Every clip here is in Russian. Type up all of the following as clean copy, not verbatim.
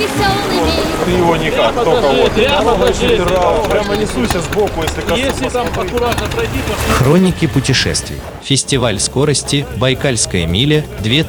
Ты его никак, только вот. Прямо несуйся сбоку, если коснусь. Если там аккуратно пройти, то... Хроники путешествий. Фестиваль скорости «Байкальская миля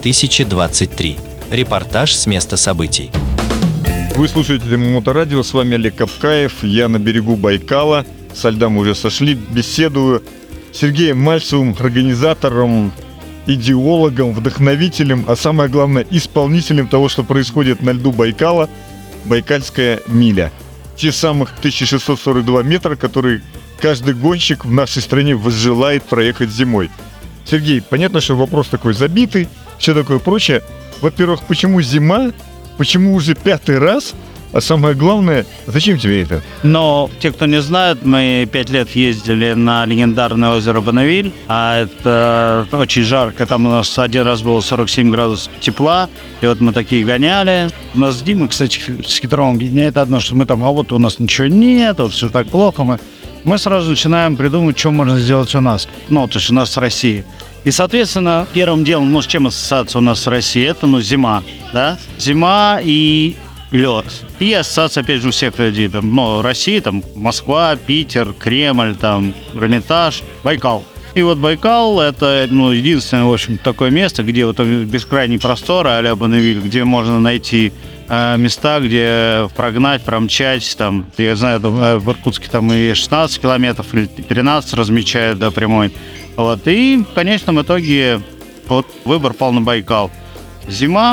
2023». Репортаж с места событий. Вы слушаете Моторадио, с вами Олег Капкаев. Я на берегу Байкала, со льда мы уже сошли, беседую с Сергеем Мальцевым, организатором, идеологом, вдохновителем, а самое главное, исполнителем того, что происходит на льду Байкала, Байкальская миля. Те самых 1642 метра, которые каждый гонщик в нашей стране возжелает проехать зимой. Сергей, понятно, что вопрос такой забитый, все такое прочее. Во-первых, почему зима? Почему уже 5-й раз? А самое главное, зачем тебе это? Но те, кто не знает, мы 5 лет ездили на легендарное озеро Бонневиль, а это очень жарко, там у нас один раз было 47 градусов тепла, и вот мы такие гоняли. У нас с Димой, кстати, с хитровым объединяет одно, что мы там, а вот у нас ничего нет, вот все так плохо, мы сразу начинаем придумывать, что можно сделать у нас. Ну, то есть у нас в России. И, соответственно, первым делом, с чем ассоциация у нас с Россией, это, зима, да? Зима и лед. И ассоциация, опять же, у всех людей, Россия, Москва, Питер, Кремль, Эрмитаж, Байкал. И вот Байкал – это, единственное, в общем, такое место, где вот бескрайний простор а-ля Бонневиль, где можно найти места, где прогнать, промчать, я знаю, в Иркутске и 16 километров, или 13 размечают, прямой. Вот, и в конечном итоге выбор пал на Байкал. Зима,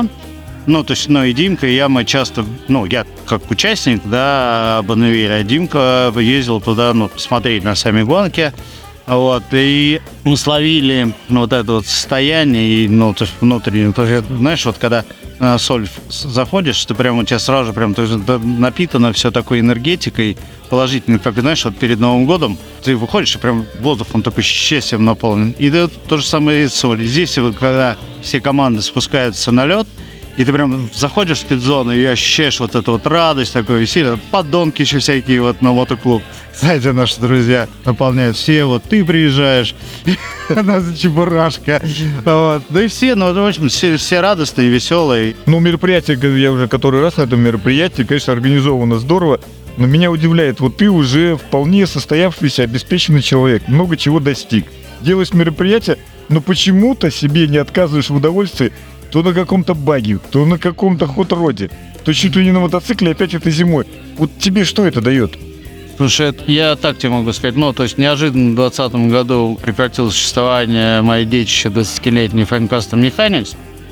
и Димка, и я, мы часто, я как участник, Бонневиля, а Димка ездил туда, посмотреть на сами гонки. Вот, и мы словили это состояние, и, внутреннее, знаешь, когда на соль заходишь, ты прямо у тебя сразу же напитано все такой энергетикой положительной, как, знаешь, перед Новым годом ты выходишь, и прям воздух, он такой счастьем наполнен. И то же самое и соль. Здесь, когда все команды спускаются на лед, и ты прям заходишь в пит-зону и ощущаешь эту радость, такое веселье, подонки еще всякие на мотоклуб. Знаете, наши друзья наполняют все, ты приезжаешь, она за чебурашка. Да и все, в общем, все радостные, веселые. Мероприятие, я уже который раз на этом мероприятии, конечно, организовано здорово, но меня удивляет, ты уже вполне состоявшийся, обеспеченный человек, много чего достиг. Делаешь мероприятие, но почему-то себе не отказываешь в удовольствии, то на каком-то баги, то на каком-то хот-роде, то чуть ли не на мотоцикле, опять это зимой. Тебе что это дает? Слушай, я так тебе могу сказать, неожиданно в 2020 году прекратило существование моей детище 20-летней Fine Custom Mechanics.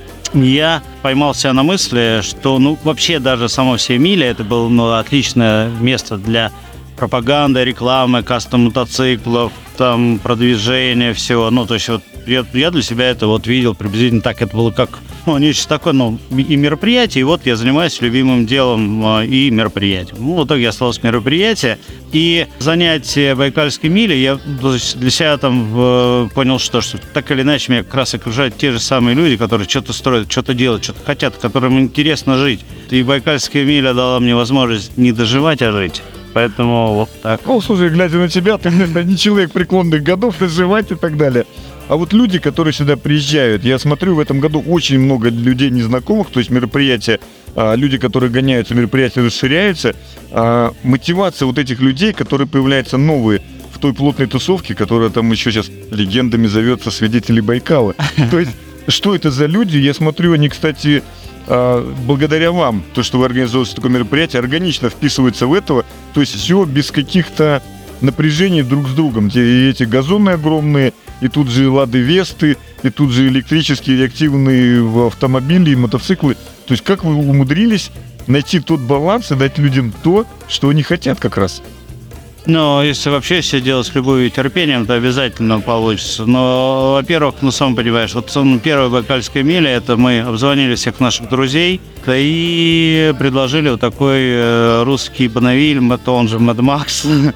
Я поймал себя на мысли, что, вообще даже само все миля, это было, отличное место для пропаганды, рекламы, кастом-мотоциклов, продвижения всего. То есть я для себя это видел приблизительно так. Это было как нечто такое, и мероприятие, и я занимаюсь любимым делом и мероприятием. В итоге осталось мероприятие, и занятие Байкальской мили я для себя понял, что так или иначе меня как раз окружают те же самые люди, которые что-то строят, что-то делают, что-то хотят, которым интересно жить. И Байкальская миля дала мне возможность не доживать, а жить. Поэтому так. Слушай, глядя на тебя, ты не человек преклонных годов, доживать и так далее. А люди, которые сюда приезжают, я смотрю, в этом году очень много людей незнакомых, то есть мероприятия, люди, которые гоняются, мероприятия расширяются. Мотивация этих людей, которые появляются новые в той плотной тусовке, которая еще сейчас легендами зовется «Свидетели Байкала». То есть, что это за люди? Я смотрю, они, кстати, благодаря вам, то, что вы организовываете такое мероприятие, органично вписываются в это, то есть все без каких-то напряжений друг с другом. И эти газоны огромные, и тут же Лады Весты, и тут же электрические реактивные автомобили и мотоциклы. То есть как вы умудрились найти тот баланс и дать людям то, что они хотят как раз? Если вообще все делать с любовью и терпением, то обязательно получится. Но, во-первых, сам понимаешь, первая Байкальская миля, это мы обзвонили всех наших друзей и предложили такой русский Бонневиль, он же Mad Max,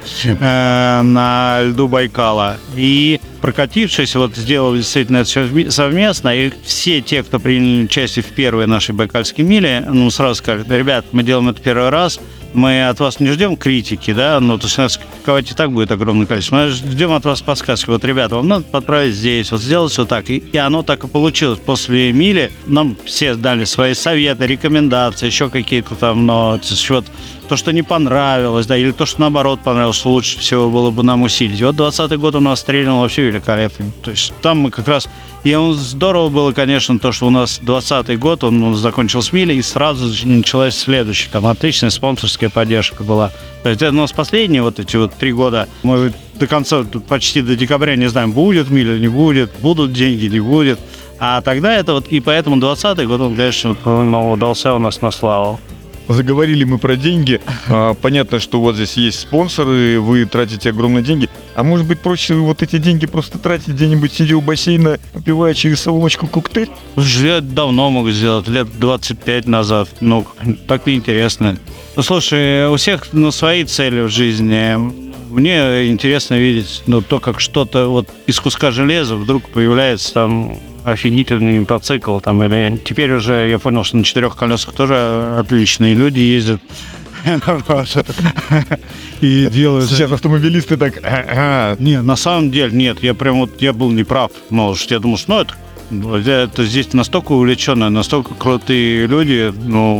на льду Байкала. И прокатившись, сделали действительно это все совместно, и все те, кто приняли участие в первой нашей Байкальской миле, сразу сказали: ребят, мы делаем это первый раз, мы от вас не ждем критики, да, то есть у нас критиковать и так будет огромное количество. Мы ждем от вас подсказки. Вот, ребята, вам надо подправить здесь, вот сделать вот так. И оно так и получилось. После мили нам все дали свои советы, рекомендации, еще какие-то там, то, что не понравилось, да, или то, что наоборот понравилось, что лучше всего было бы нам усилить. И вот 2020 год у нас стрельнул вообще великолепно. То есть там мы как раз... И здорово было, конечно, то, что у нас 2020 год, он закончил с мили, и сразу началась следующая. Там отличная спонсорская поддержка была. То есть это у нас последние вот эти 3 года. Мы до конца, почти до декабря не знаем, будет миля, не будет, будут деньги, не будет. А тогда это и поэтому 2020 год, он, конечно, удался у нас на славу. Заговорили мы про деньги. Понятно, что у вас здесь есть спонсоры, вы тратите огромные деньги. А может быть, проще вот эти деньги просто тратить где-нибудь, сидя у бассейна, попивая через соломочку коктейль? Я давно мог сделать, лет 25 назад. Так неинтересно. Слушай, у всех свои цели в жизни. Мне интересно видеть, то, как что-то из куска железа вдруг появляется там офигительный мотоцикл, или теперь уже я понял, что на 4 колесах тоже отличные люди ездят. И делают... Сейчас автомобилисты так... Не, на самом деле, нет, я был неправ. Я думал, что это здесь настолько увлеченные, настолько крутые люди,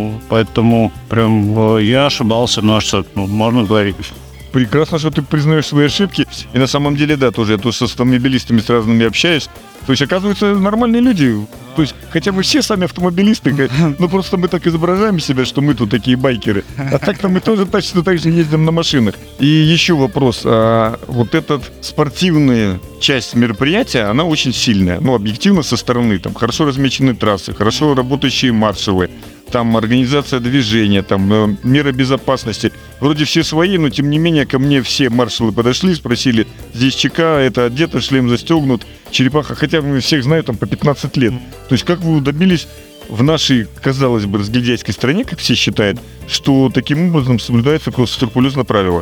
поэтому прям я ошибался, что можно говорить. Прекрасно, что ты признаешь свои ошибки. И на самом деле, да, тоже я тут с автомобилистами с разными общаюсь. То есть, оказывается, нормальные люди. То есть, хотя мы все сами автомобилисты, просто мы так изображаем себя, что мы тут такие байкеры. А так-то мы тоже точно так же ездим на машинах. И еще вопрос. Вот эта спортивная часть мероприятия, она очень сильная. Объективно со стороны. Там хорошо размечены трассы, хорошо работающие маршевые. Там организация движения, там меры безопасности. Вроде все свои, но тем не менее ко мне все маршалы подошли, спросили, здесь ЧК, это одето, шлем застегнут, черепаха, хотя мы всех знаю там по 15 лет. То есть как вы добились в нашей, казалось бы, разгильдяйской стране, как все считают, что таким образом соблюдается скрупулезно правило?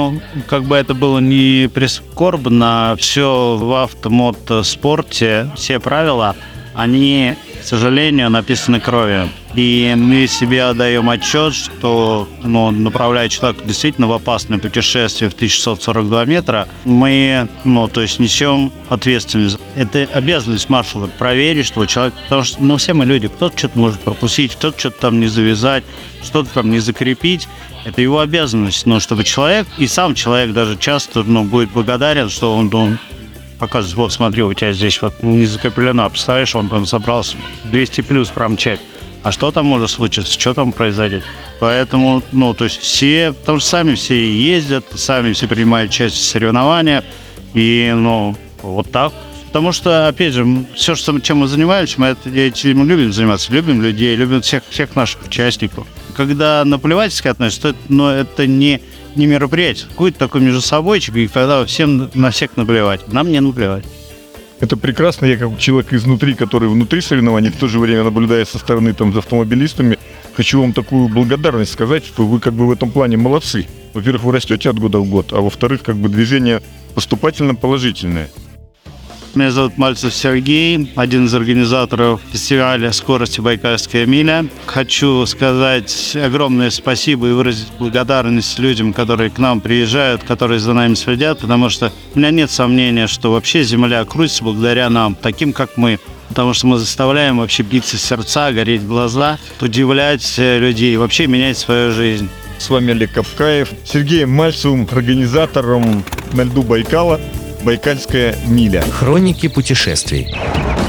Как бы это было не прискорбно, все в автомотоспорте, все правила, они, к сожалению, написаны кровью. И мы себе отдаем отчет, что, направляя человека действительно в опасное путешествие в 1642 метра, мы, несем ответственность. Это обязанность маршала проверить, что человек, потому что, все мы люди, кто-то что-то может пропустить, кто-то что-то там не завязать, что-то там не закрепить. Это его обязанность, чтобы человек, и сам человек даже часто, будет благодарен, что он показывает, вот смотри, у тебя здесь не закреплено, представляешь, он там собрался 200 плюс промчать. А что там может случиться, что там произойдет? Поэтому, все, потому что сами все ездят, сами все принимают часть в соревнованиях, и, вот так. Потому что, опять же, все, чем мы занимаемся, мы этим любим заниматься, любим людей, любим всех наших участников. Когда наплевательски относятся, то это не мероприятие, какой-то такой междусобойчик, и когда всем на всех наплевать. Нам не наплевать. Это прекрасно. Я как человек изнутри, который внутри соревнований, в то же время наблюдая со стороны за автомобилистами, хочу вам такую благодарность сказать, что вы в этом плане молодцы. Во-первых, вы растете от года в год, а во-вторых, движение поступательно положительное. Меня зовут Мальцев Сергей, один из организаторов фестиваля скорости «Байкальская миля». Хочу сказать огромное спасибо и выразить благодарность людям, которые к нам приезжают, которые за нами следят, потому что у меня нет сомнения, что вообще земля крутится благодаря нам, таким как мы. Потому что мы заставляем вообще биться сердца, гореть глаза, удивлять людей, вообще менять свою жизнь. С вами Олег Капкаев, Сергеем Мальцевым, организатором на льду Байкала «Байкальская миля». Хроники путешествий.